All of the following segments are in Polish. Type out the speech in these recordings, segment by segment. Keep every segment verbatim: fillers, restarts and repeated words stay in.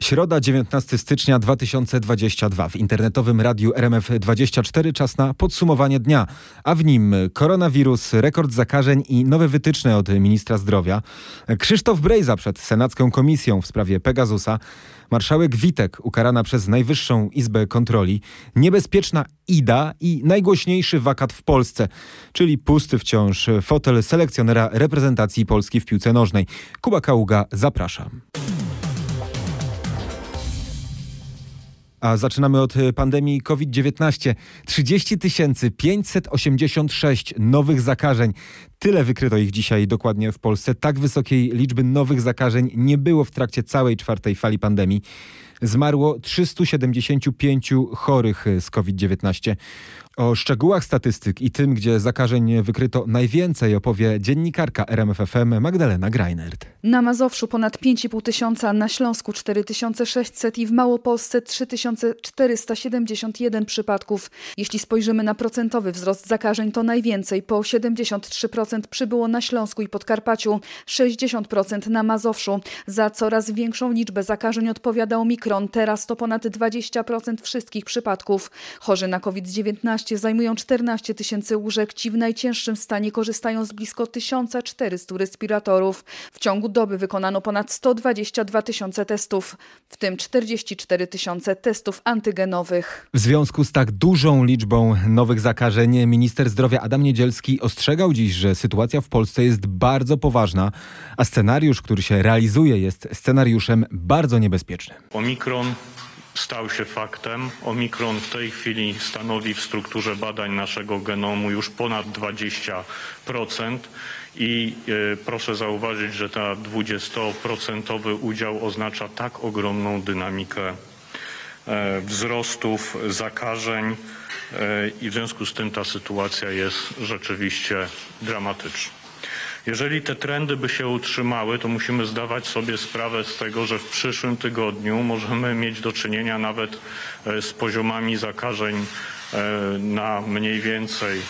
Środa, dziewiętnastego stycznia dwa tysiące dwudziestego drugiego. W internetowym radiu R M F dwadzieścia cztery czas na podsumowanie dnia, a w nim koronawirus, rekord zakażeń i nowe wytyczne od ministra zdrowia, Krzysztof Brejza przed Senacką Komisją w sprawie Pegasusa, marszałek Witek ukarana przez Najwyższą Izbę Kontroli, niebezpieczna Ida i najgłośniejszy wakat w Polsce, czyli pusty wciąż fotel selekcjonera reprezentacji Polski w piłce nożnej. Kuba Kaługa, zapraszam. A zaczynamy od pandemii COVID dziewiętnaście. trzydzieści tysięcy pięćset osiemdziesiąt sześć nowych zakażeń. Tyle wykryto ich dzisiaj dokładnie w Polsce. Tak wysokiej liczby nowych zakażeń nie było w trakcie całej czwartej fali pandemii. Zmarło trzysta siedemdziesiąt pięć chorych z COVID dziewiętnaście. O szczegółach statystyk i tym, gdzie zakażeń wykryto najwięcej, opowie dziennikarka R M F F M Magdalena Greinert. Na Mazowszu ponad pięć i pół tysiąca, na Śląsku cztery tysiące sześćset i w Małopolsce trzy tysiące czterysta siedemdziesiąt jeden przypadków. Jeśli spojrzymy na procentowy wzrost zakażeń, to najwięcej, po siedemdziesiąt trzy procent przybyło na Śląsku i Podkarpaciu, sześćdziesiąt procent na Mazowszu. Za coraz większą liczbę zakażeń odpowiada Omikron. Teraz to ponad dwadzieścia procent wszystkich przypadków. Chorzy na COVID dziewiętnaście zajmują czternaście tysięcy łóżek. Ci w najcięższym stanie korzystają z blisko tysiąc czterysta respiratorów. W ciągu doby wykonano ponad sto dwadzieścia dwa tysiące testów, w tym czterdzieści cztery tysiące testów antygenowych. W związku z tak dużą liczbą nowych zakażeń minister zdrowia Adam Niedzielski ostrzegał dziś, że sytuacja w Polsce jest bardzo poważna, a scenariusz, który się realizuje, jest scenariuszem bardzo niebezpiecznym. Omikron stał się faktem. Omikron w tej chwili stanowi w strukturze badań naszego genomu już ponad dwadzieścia procent i y, proszę zauważyć, że ta dwudziestoprocentowy udział oznacza tak ogromną dynamikę y, wzrostów zakażeń y, i w związku z tym ta sytuacja jest rzeczywiście dramatyczna. Jeżeli te trendy by się utrzymały, to musimy zdawać sobie sprawę z tego, że w przyszłym tygodniu możemy mieć do czynienia nawet z poziomami zakażeń na mniej więcej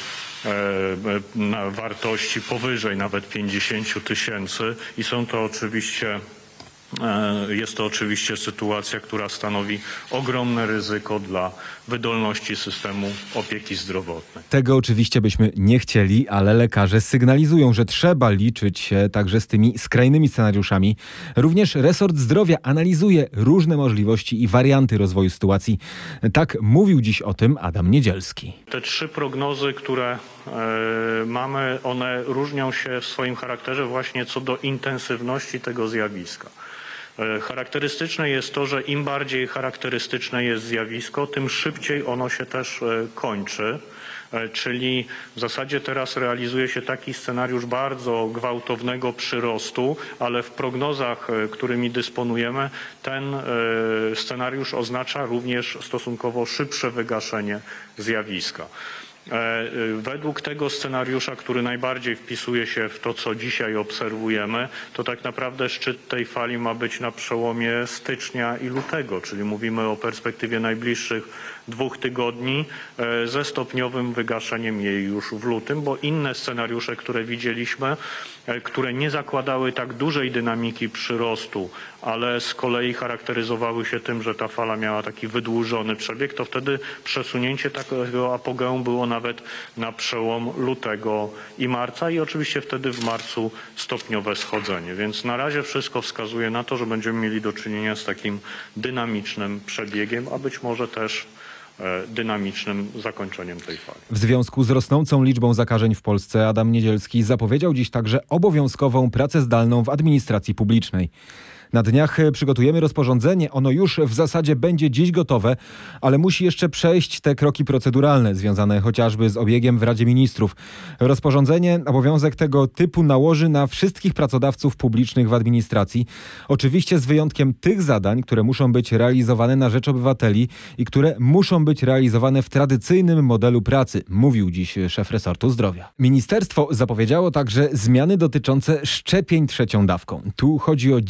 na wartości powyżej nawet pięćdziesiąt tysięcy i są to oczywiście Jest to oczywiście sytuacja, która stanowi ogromne ryzyko dla wydolności systemu opieki zdrowotnej. Tego oczywiście byśmy nie chcieli, ale lekarze sygnalizują, że trzeba liczyć się także z tymi skrajnymi scenariuszami. Również resort zdrowia analizuje różne możliwości i warianty rozwoju sytuacji. Tak mówił dziś o tym Adam Niedzielski. Te trzy prognozy, które e, mamy, one różnią się w swoim charakterze właśnie co do intensywności tego zjawiska. Charakterystyczne jest to, że im bardziej charakterystyczne jest zjawisko, tym szybciej ono się też kończy. Czyli w zasadzie teraz realizuje się taki scenariusz bardzo gwałtownego przyrostu, ale w prognozach, którymi dysponujemy, ten scenariusz oznacza również stosunkowo szybsze wygaszenie zjawiska. Według tego scenariusza, który najbardziej wpisuje się w to, co dzisiaj obserwujemy, to tak naprawdę szczyt tej fali ma być na przełomie stycznia i lutego, czyli mówimy o perspektywie najbliższych dwóch tygodni ze stopniowym wygaszeniem jej już w lutym, bo inne scenariusze, które widzieliśmy, które nie zakładały tak dużej dynamiki przyrostu, ale z kolei charakteryzowały się tym, że ta fala miała taki wydłużony przebieg, to wtedy przesunięcie takiego apogeum było nawet na przełom lutego i marca i oczywiście wtedy w marcu stopniowe schodzenie. Więc na razie wszystko wskazuje na to, że będziemy mieli do czynienia z takim dynamicznym przebiegiem, a być może też dynamicznym zakończeniem tej fali. W związku z rosnącą liczbą zakażeń w Polsce Adam Niedzielski zapowiedział dziś także obowiązkową pracę zdalną w administracji publicznej. Na dniach przygotujemy rozporządzenie. Ono już w zasadzie będzie dziś gotowe, ale musi jeszcze przejść te kroki proceduralne związane chociażby z obiegiem w Radzie Ministrów. Rozporządzenie obowiązek tego typu nałoży na wszystkich pracodawców publicznych w administracji. Oczywiście z wyjątkiem tych zadań, które muszą być realizowane na rzecz obywateli i które muszą być realizowane w tradycyjnym modelu pracy, mówił dziś szef resortu zdrowia. Ministerstwo zapowiedziało także zmiany dotyczące szczepień trzecią dawką. Tu chodzi o dzieci w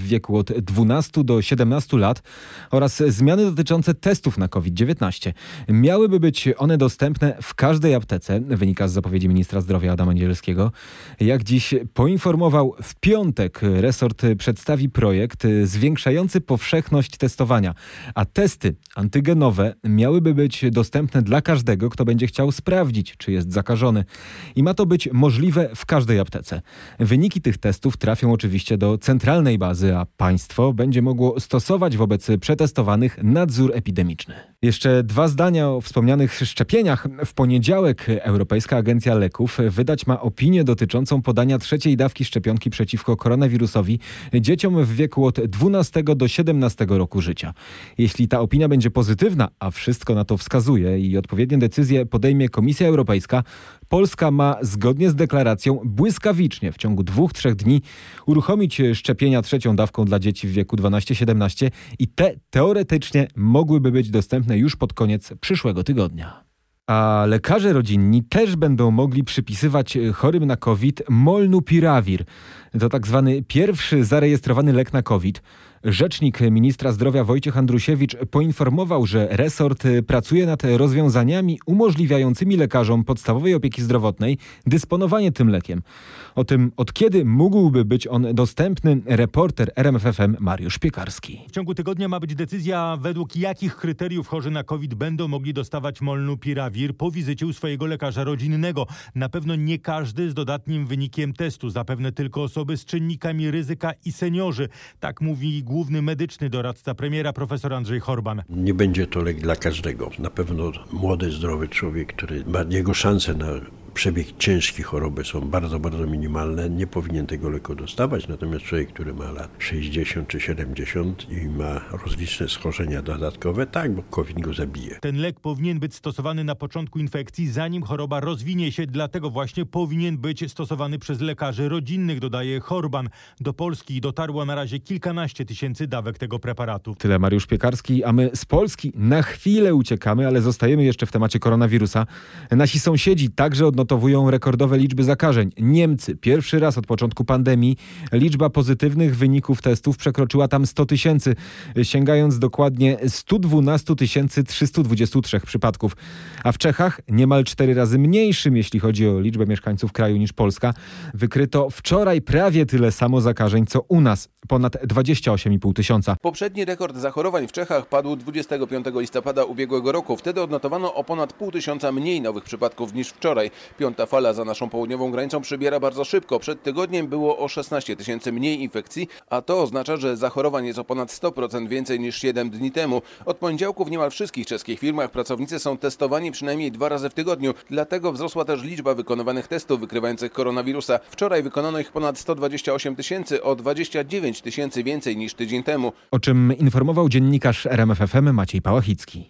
wieku od dwunastu do siedemnastu lat oraz zmiany dotyczące testów na COVID dziewiętnaście. Miałyby być one dostępne w każdej aptece, wynika z zapowiedzi ministra zdrowia Adama Niedzielskiego. Jak dziś poinformował, w piątek resort przedstawi projekt zwiększający powszechność testowania, a testy antygenowe miałyby być dostępne dla każdego, kto będzie chciał sprawdzić, czy jest zakażony. I ma to być możliwe w każdej aptece. Wyniki tych testów trafią oczywiście do centralnej bazy, a państwo będzie mogło stosować wobec przetestowanych nadzór epidemiczny. Jeszcze dwa zdania o wspomnianych szczepieniach. W poniedziałek Europejska Agencja Leków wydać ma opinię dotyczącą podania trzeciej dawki szczepionki przeciwko koronawirusowi dzieciom w wieku od dwunastego do siedemnastego roku życia. Jeśli ta opinia będzie pozytywna, a wszystko na to wskazuje i odpowiednie decyzje podejmie Komisja Europejska, Polska ma zgodnie z deklaracją błyskawicznie w ciągu dwóch, trzech dni uruchomić szczepienia trzecią dawką dla dzieci w wieku dwanaście siedemnaście i te teoretycznie mogłyby być dostępne już pod koniec przyszłego tygodnia. A lekarze rodzinni też będą mogli przypisywać chorym na COVID molnupiravir. To tak zwany pierwszy zarejestrowany lek na COVID. Rzecznik ministra zdrowia Wojciech Andrusiewicz poinformował, że resort pracuje nad rozwiązaniami umożliwiającymi lekarzom podstawowej opieki zdrowotnej dysponowanie tym lekiem. O tym, od kiedy mógłby być on dostępny, reporter R M F F M Mariusz Piekarski. W ciągu tygodnia ma być decyzja, według jakich kryteriów chorzy na COVID będą mogli dostawać molnupiravir po wizycie u swojego lekarza rodzinnego. Na pewno nie każdy z dodatnim wynikiem testu, zapewne tylko osoby z czynnikami ryzyka i seniorzy. Tak mówi główny medyczny doradca premiera profesor Andrzej Horban. Nie będzie to lek dla każdego. Na pewno młody, zdrowy człowiek, który ma, jego szanse na przebieg ciężkiej choroby są bardzo, bardzo minimalne. Nie powinien tego leku dostawać. Natomiast człowiek, który ma lat sześćdziesiąt czy siedemdziesiąt i ma rozliczne schorzenia dodatkowe, tak, bo COVID go zabije. Ten lek powinien być stosowany na początku infekcji, zanim choroba rozwinie się. Dlatego właśnie powinien być stosowany przez lekarzy rodzinnych, dodaje Horban. Do Polski dotarło na razie kilkanaście tysięcy dawek tego preparatu. Tyle Mariusz Piekarski, a my z Polski na chwilę uciekamy, ale zostajemy jeszcze w temacie koronawirusa. Nasi sąsiedzi także odnotowują rekordowe liczby zakażeń. Niemcy pierwszy raz od początku pandemii liczba pozytywnych wyników testów przekroczyła tam sto tysięcy, sięgając dokładnie sto dwanaście tysięcy trzysta dwadzieścia trzy przypadków. A w Czechach, niemal cztery razy mniejszym, jeśli chodzi o liczbę mieszkańców kraju niż Polska, wykryto wczoraj prawie tyle samo zakażeń, co u nas, ponad dwadzieścia osiem i pół tysiąca. Poprzedni rekord zachorowań w Czechach padł dwudziestego piątego listopada ubiegłego roku. Wtedy odnotowano o ponad pół tysiąca mniej nowych przypadków niż wczoraj. Piąta fala za naszą południową granicą przybiera bardzo szybko. Przed tygodniem było o szesnaście tysięcy mniej infekcji, a to oznacza, że zachorowań jest o ponad sto procent więcej niż siedem dni temu. Od poniedziałku w niemal wszystkich czeskich firmach pracownicy są testowani przynajmniej dwa razy w tygodniu. Dlatego wzrosła też liczba wykonywanych testów wykrywających koronawirusa. Wczoraj wykonano ich ponad sto dwadzieścia osiem tysięcy, o dwadzieścia dziewięć tysięcy więcej niż tydzień temu. O czym informował dziennikarz R M F F M Maciej Pałachicki.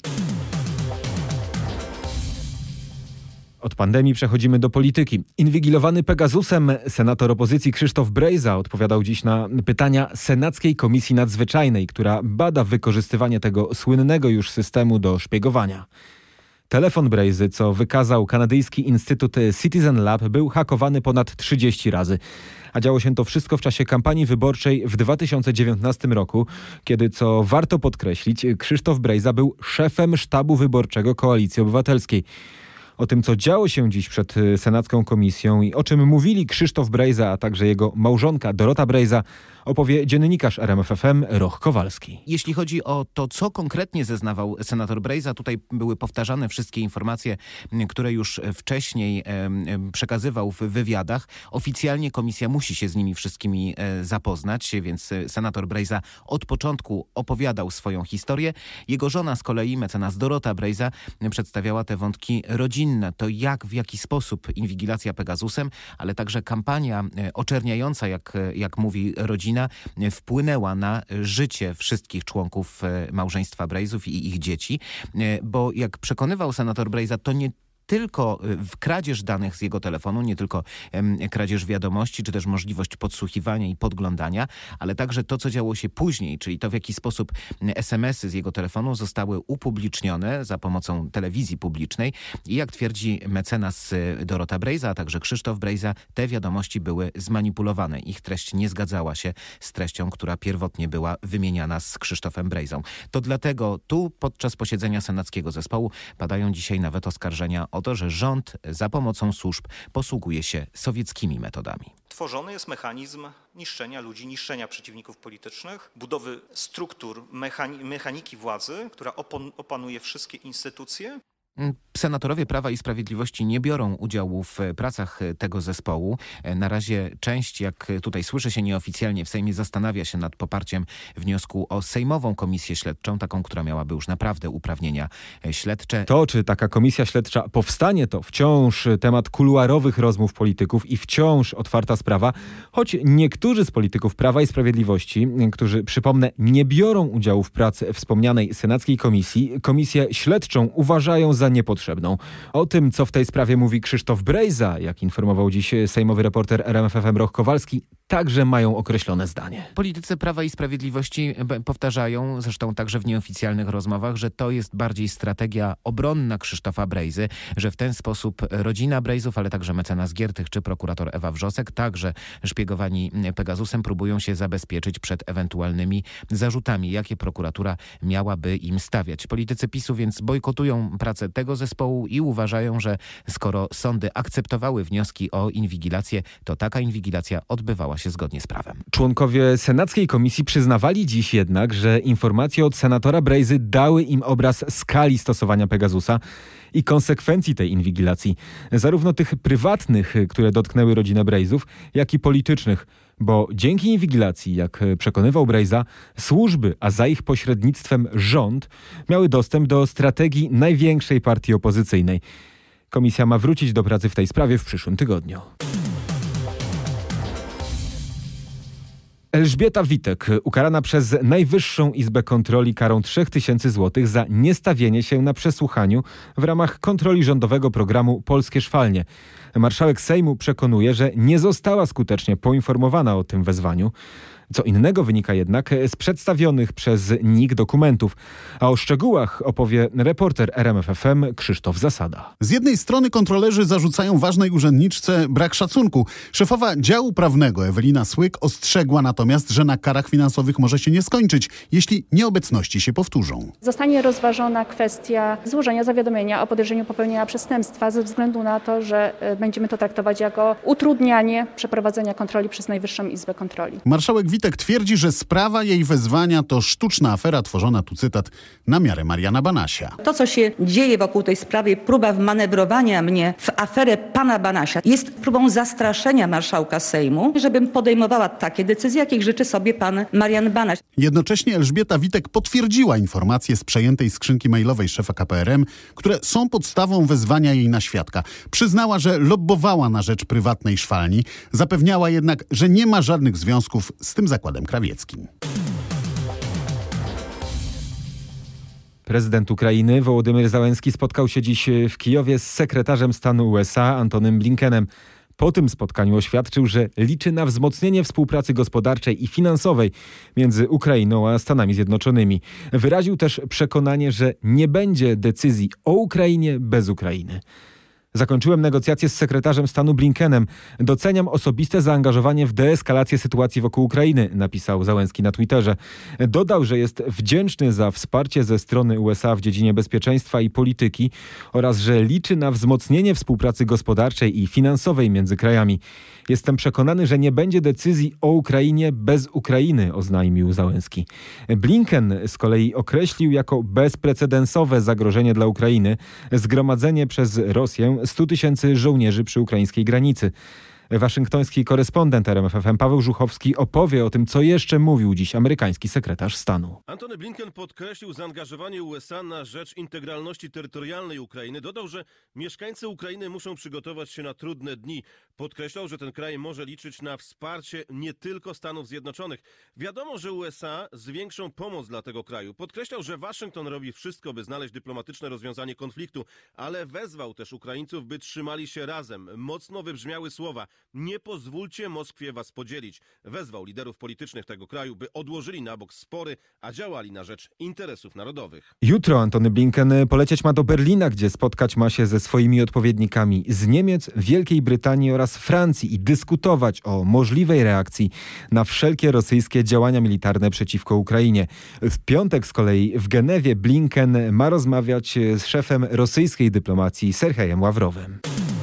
Od pandemii przechodzimy do polityki. Inwigilowany Pegasusem senator opozycji Krzysztof Brejza odpowiadał dziś na pytania Senackiej Komisji Nadzwyczajnej, która bada wykorzystywanie tego słynnego już systemu do szpiegowania. Telefon Brejzy, co wykazał kanadyjski Instytut Citizen Lab, był hakowany ponad trzydzieści razy. A działo się to wszystko w czasie kampanii wyborczej w dwa tysiące dziewiętnastym roku, kiedy, co warto podkreślić, Krzysztof Brejza był szefem sztabu wyborczego Koalicji Obywatelskiej. O tym, co działo się dziś przed Senacką Komisją i o czym mówili Krzysztof Brejza, a także jego małżonka Dorota Brejza, opowie dziennikarz R M F F M Roch Kowalski. Jeśli chodzi o to, co konkretnie zeznawał senator Brejza, tutaj były powtarzane wszystkie informacje, które już wcześniej przekazywał w wywiadach. Oficjalnie komisja musi się z nimi wszystkimi zapoznać, więc senator Brejza od początku opowiadał swoją historię. Jego żona z kolei, mecenas Dorota Brejza, przedstawiała te wątki rodzinne. To jak, w jaki sposób inwigilacja Pegasusem, ale także kampania oczerniająca, jak, jak mówi rodzina, wpłynęła na życie wszystkich członków małżeństwa Brejzów i ich dzieci, bo jak przekonywał senator Brejza, to nie tylko w kradzież danych z jego telefonu, nie tylko kradzież wiadomości, czy też możliwość podsłuchiwania i podglądania, ale także to, co działo się później, czyli to, w jaki sposób es em esy z jego telefonu zostały upublicznione za pomocą telewizji publicznej i jak twierdzi mecenas Dorota Brejza, a także Krzysztof Brejza, te wiadomości były zmanipulowane. Ich treść nie zgadzała się z treścią, która pierwotnie była wymieniana z Krzysztofem Brejzą. To dlatego tu podczas posiedzenia senackiego zespołu padają dzisiaj nawet oskarżenia o to, że rząd za pomocą służb posługuje się sowieckimi metodami. Tworzony jest mechanizm niszczenia ludzi, niszczenia przeciwników politycznych, budowy struktur mechani- mechaniki władzy, która opon- opanuje wszystkie instytucje. Senatorowie Prawa i Sprawiedliwości nie biorą udziału w pracach tego zespołu. Na razie część, jak tutaj słyszy się nieoficjalnie, w Sejmie zastanawia się nad poparciem wniosku o sejmową komisję śledczą, taką, która miałaby już naprawdę uprawnienia śledcze. To, czy taka komisja śledcza powstanie, to wciąż temat kuluarowych rozmów polityków i wciąż otwarta sprawa, choć niektórzy z polityków Prawa i Sprawiedliwości, którzy, przypomnę, nie biorą udziału w pracy wspomnianej senackiej komisji, komisję śledczą uważają za niepotrzebną. O tym, co w tej sprawie mówi Krzysztof Brejza, jak informował dziś sejmowy reporter R M F F M Roch Kowalski, także mają określone zdanie. Politycy Prawa i Sprawiedliwości powtarzają, zresztą także w nieoficjalnych rozmowach, że to jest bardziej strategia obronna Krzysztofa Brejzy, że w ten sposób rodzina Brejzów, ale także mecenas Giertych czy prokurator Ewa Wrzosek, także szpiegowani Pegasusem, próbują się zabezpieczyć przed ewentualnymi zarzutami, jakie prokuratura miałaby im stawiać. Politycy PiSu więc bojkotują pracę tego zespołu i uważają, że skoro sądy akceptowały wnioski o inwigilację, to taka inwigilacja odbywała się zgodnie z prawem. Członkowie senackiej komisji przyznawali dziś jednak, że informacje od senatora Brejzy dały im obraz skali stosowania Pegasusa i konsekwencji tej inwigilacji. Zarówno tych prywatnych, które dotknęły rodzinę Brejzów, jak i politycznych. Bo dzięki inwigilacji, jak przekonywał Brejza, służby, a za ich pośrednictwem rząd, miały dostęp do strategii największej partii opozycyjnej. Komisja ma wrócić do pracy w tej sprawie w przyszłym tygodniu. Elżbieta Witek, ukarana przez Najwyższą Izbę Kontroli karą trzy tysiące złotych za niestawienie się na przesłuchaniu w ramach kontroli rządowego programu Polskie Szwalnie. Marszałek Sejmu przekonuje, że nie została skutecznie poinformowana o tym wezwaniu. Co innego wynika jednak z przedstawionych przez N I K dokumentów. A o szczegółach opowie reporter R M F F M Krzysztof Zasada. Z jednej strony kontrolerzy zarzucają ważnej urzędniczce brak szacunku. Szefowa działu prawnego Ewelina Słyk ostrzegła natomiast, że na karach finansowych może się nie skończyć, jeśli nieobecności się powtórzą. Zostanie rozważona kwestia złożenia zawiadomienia o podejrzeniu popełnienia przestępstwa ze względu na to, że będziemy to traktować jako utrudnianie przeprowadzenia kontroli przez Najwyższą Izbę Kontroli. Marszałek Witek twierdzi, że sprawa jej wezwania to sztuczna afera tworzona, tu cytat, na miarę Mariana Banasia. To, co się dzieje wokół tej sprawy, próba wmanewrowania mnie w aferę pana Banasia, jest próbą zastraszenia marszałka Sejmu, żebym podejmowała takie decyzje, jakich życzy sobie pan Marian Banaś. Jednocześnie Elżbieta Witek potwierdziła informacje z przejętej skrzynki mailowej szefa K P R M, które są podstawą wezwania jej na świadka. Przyznała, że lobbowała na rzecz prywatnej szwalni, zapewniała jednak, że nie ma żadnych związków z tym zakładem krawieckim. Prezydent Ukrainy Wołodymyr Zełenski spotkał się dziś w Kijowie z sekretarzem stanu U S A Antonym Blinkenem. Po tym spotkaniu oświadczył, że liczy na wzmocnienie współpracy gospodarczej i finansowej między Ukrainą a Stanami Zjednoczonymi. Wyraził też przekonanie, że nie będzie decyzji o Ukrainie bez Ukrainy. Zakończyłem negocjacje z sekretarzem stanu Blinkenem. Doceniam osobiste zaangażowanie w deeskalację sytuacji wokół Ukrainy, napisał Zełenski na Twitterze. Dodał, że jest wdzięczny za wsparcie ze strony U S A w dziedzinie bezpieczeństwa i polityki oraz że liczy na wzmocnienie współpracy gospodarczej i finansowej między krajami. Jestem przekonany, że nie będzie decyzji o Ukrainie bez Ukrainy, oznajmił Zełenski. Blinken z kolei określił jako bezprecedensowe zagrożenie dla Ukrainy zgromadzenie przez Rosję stu tysięcy żołnierzy przy ukraińskiej granicy. Waszyngtoński korespondent R M F F M Paweł Żuchowski opowie o tym, co jeszcze mówił dziś amerykański sekretarz stanu. Antony Blinken podkreślił zaangażowanie U S A na rzecz integralności terytorialnej Ukrainy. Dodał, że mieszkańcy Ukrainy muszą przygotować się na trudne dni. Podkreślał, że ten kraj może liczyć na wsparcie nie tylko Stanów Zjednoczonych. Wiadomo, że U S A zwiększą pomoc dla tego kraju. Podkreślał, że Waszyngton robi wszystko, by znaleźć dyplomatyczne rozwiązanie konfliktu, ale wezwał też Ukraińców, by trzymali się razem. Mocno wybrzmiały słowa: nie pozwólcie Moskwie was podzielić. Wezwał liderów politycznych tego kraju, by odłożyli na bok spory, a działali na rzecz interesów narodowych. Jutro Antony Blinken polecieć ma do Berlina, gdzie spotkać ma się ze swoimi odpowiednikami z Niemiec, Wielkiej Brytanii oraz Francji i dyskutować o możliwej reakcji na wszelkie rosyjskie działania militarne przeciwko Ukrainie. W piątek z kolei w Genewie Blinken ma rozmawiać z szefem rosyjskiej dyplomacji Sergejem Ławrowem.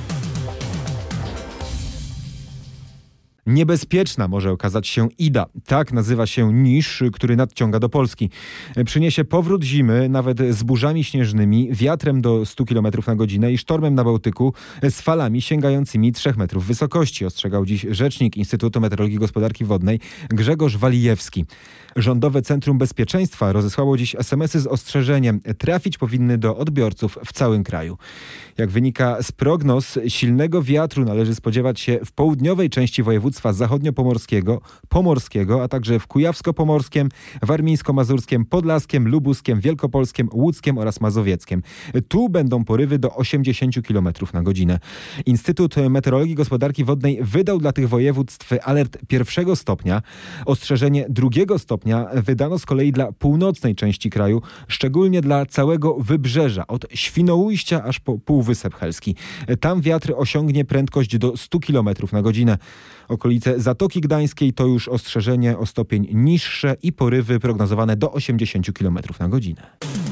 Niebezpieczna może okazać się Ida. Tak nazywa się niż, który nadciąga do Polski. Przyniesie powrót zimy, nawet z burzami śnieżnymi, wiatrem do stu kilometrów na godzinę i sztormem na Bałtyku z falami sięgającymi trzech metrów wysokości, ostrzegał dziś rzecznik Instytutu Meteorologii i Gospodarki Wodnej Grzegorz Walijewski. Rządowe Centrum Bezpieczeństwa rozesłało dziś es em esy z ostrzeżeniem. Trafić powinny do odbiorców w całym kraju. Jak wynika z prognoz, silnego wiatru należy spodziewać się w południowej części województwa zachodniopomorskiego, pomorskiego, a także w kujawsko-pomorskim, warmińsko-mazurskim, podlaskim, lubuskim, wielkopolskim, łódzkim oraz mazowieckim. Tu będą porywy do osiemdziesięciu kilometrów na godzinę. Instytut Meteorologii i Gospodarki Wodnej wydał dla tych województw alert pierwszego stopnia. Ostrzeżenie drugiego stopnia wydano z kolei dla północnej części kraju, szczególnie dla całego wybrzeża, od Świnoujścia aż po Półwysep Helski. Tam wiatr osiągnie prędkość do stu kilometrów na godzinę. Okolice Zatoki Gdańskiej to już ostrzeżenie o stopień niższe i porywy prognozowane do osiemdziesięciu kilometrów na godzinę.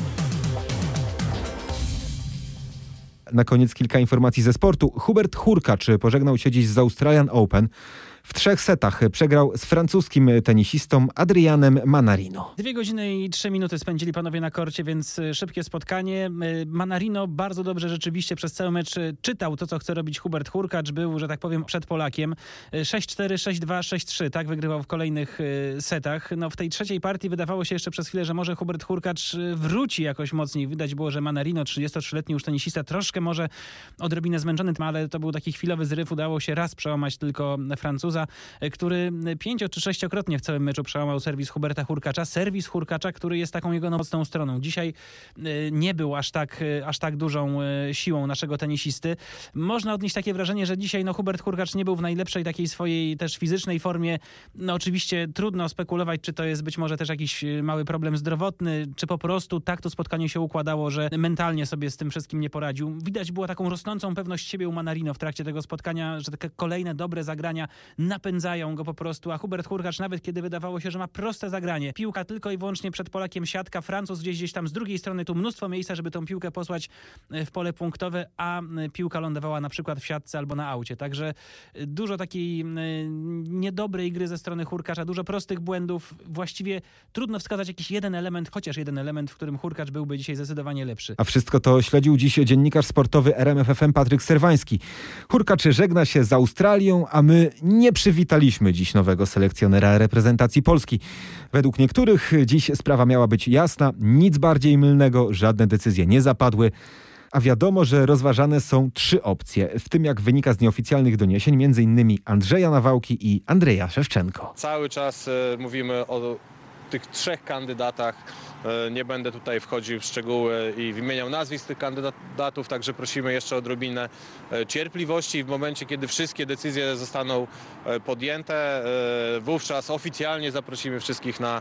Na koniec kilka informacji ze sportu. Hubert Hurkacz pożegnał się dziś z Australian Open. W trzech setach przegrał z francuskim tenisistą Adrianem Manarino. Dwie godziny i trzy minuty spędzili panowie na korcie, więc szybkie spotkanie. Manarino bardzo dobrze rzeczywiście przez cały mecz czytał to, co chce robić Hubert Hurkacz. Był, że tak powiem, przed Polakiem. sześć cztery, sześć dwa, sześć trzy. Tak wygrywał w kolejnych setach. No, w tej trzeciej partii wydawało się jeszcze przez chwilę, że może Hubert Hurkacz wróci jakoś mocniej. Widać było, że Manarino, trzydziestotrzyletni już tenisista, troszkę może odrobinę zmęczony, ale to był taki chwilowy zryw. Udało się raz przełamać tylko Francuza, który pięcio czy sześciokrotnie w całym meczu przełamał serwis Huberta Hurkacza. Serwis Hurkacza, który jest taką jego mocną stroną. Dzisiaj nie był aż tak, aż tak dużą siłą naszego tenisisty. Można odnieść takie wrażenie, że dzisiaj no, Hubert Hurkacz nie był w najlepszej takiej swojej też fizycznej formie. No oczywiście trudno spekulować, czy to jest być może też jakiś mały problem zdrowotny, czy po prostu tak to spotkanie się układało, że mentalnie sobie z tym wszystkim nie poradził. Widać było taką rosnącą pewność siebie u Manarino w trakcie tego spotkania, że takie kolejne dobre zagrania napędzają go po prostu, a Hubert Hurkacz nawet kiedy wydawało się, że ma proste zagranie, piłka tylko i wyłącznie przed Polakiem, siatka, Francuz gdzieś gdzieś tam z drugiej strony, tu mnóstwo miejsca, żeby tą piłkę posłać w pole punktowe, a piłka lądowała na przykład w siatce albo na aucie. Także dużo takiej niedobrej gry ze strony Hurkacza, dużo prostych błędów. Właściwie trudno wskazać jakiś jeden element, chociaż jeden element, w którym Hurkacz byłby dzisiaj zdecydowanie lepszy. A wszystko to śledził dziś dziennikarz sportowy R M F F M Patryk Serwański. Hurkacz żegna się z Australią, a my nie przywitaliśmy dziś nowego selekcjonera reprezentacji Polski. Według niektórych dziś sprawa miała być jasna, nic bardziej mylnego, żadne decyzje nie zapadły. A wiadomo, że rozważane są trzy opcje, w tym jak wynika z nieoficjalnych doniesień, między innymi Andrzeja Nawałki i Andrzeja Szewczenko. Cały czas e, mówimy o tych trzech kandydatach. E, nie będę tutaj wchodził w szczegóły i wymieniał nazwisk tych kandydatów, także prosimy jeszcze o odrobinę e, cierpliwości. W momencie, kiedy wszystkie decyzje zostaną e, podjęte, e, wówczas oficjalnie zaprosimy wszystkich na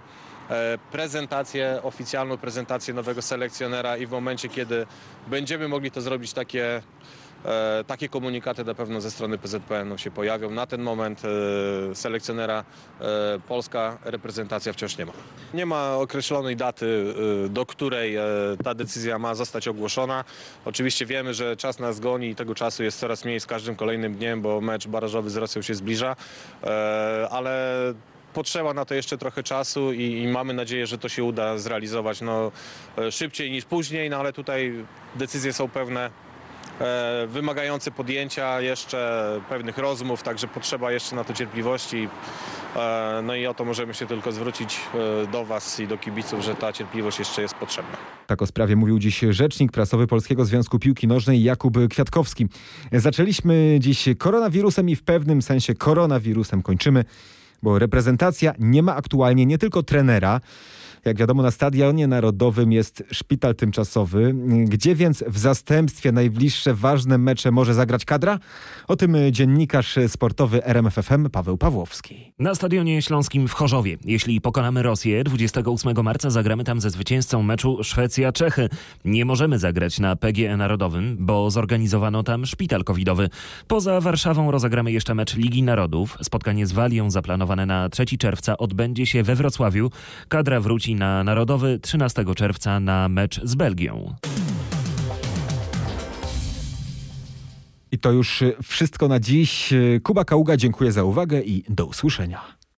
prezentację, oficjalną prezentację nowego selekcjonera i w momencie, kiedy będziemy mogli to zrobić, takie, e, takie komunikaty na pewno ze strony P Z P N u się pojawią. Na ten moment e, selekcjonera e, polska reprezentacja wciąż nie ma. Nie ma określonej daty, e, do której e, ta decyzja ma zostać ogłoszona. Oczywiście wiemy, że czas nas goni i tego czasu jest coraz mniej z każdym kolejnym dniem, bo mecz barażowy z Rosją się zbliża, e, ale potrzeba na to jeszcze trochę czasu i, i mamy nadzieję, że to się uda zrealizować no, szybciej niż później, no ale tutaj decyzje są pewne wymagający podjęcia jeszcze pewnych rozmów, także potrzeba jeszcze na to cierpliwości. No i o to możemy się tylko zwrócić do Was i do kibiców, że ta cierpliwość jeszcze jest potrzebna. Tak o sprawie mówił dziś rzecznik prasowy Polskiego Związku Piłki Nożnej Jakub Kwiatkowski. Zaczęliśmy dziś koronawirusem i w pewnym sensie koronawirusem kończymy, bo reprezentacja nie ma aktualnie nie tylko trenera. Jak wiadomo, na Stadionie Narodowym jest szpital tymczasowy. Gdzie więc w zastępstwie najbliższe ważne mecze może zagrać kadra? O tym dziennikarz sportowy R M F F M Paweł Pawłowski. Na Stadionie Śląskim w Chorzowie. Jeśli pokonamy Rosję, dwudziestego ósmego marca zagramy tam ze zwycięzcą meczu Szwecja-Czechy. Nie możemy zagrać na P G E Narodowym, bo zorganizowano tam szpital covidowy. Poza Warszawą rozegramy jeszcze mecz Ligi Narodów. Spotkanie z Walią zaplanowane na trzeciego czerwca odbędzie się we Wrocławiu. Kadra wróci na Narodowy trzynastego czerwca na mecz z Belgią. I to już wszystko na dziś. Kuba Kaługa, dziękuję za uwagę i do usłyszenia.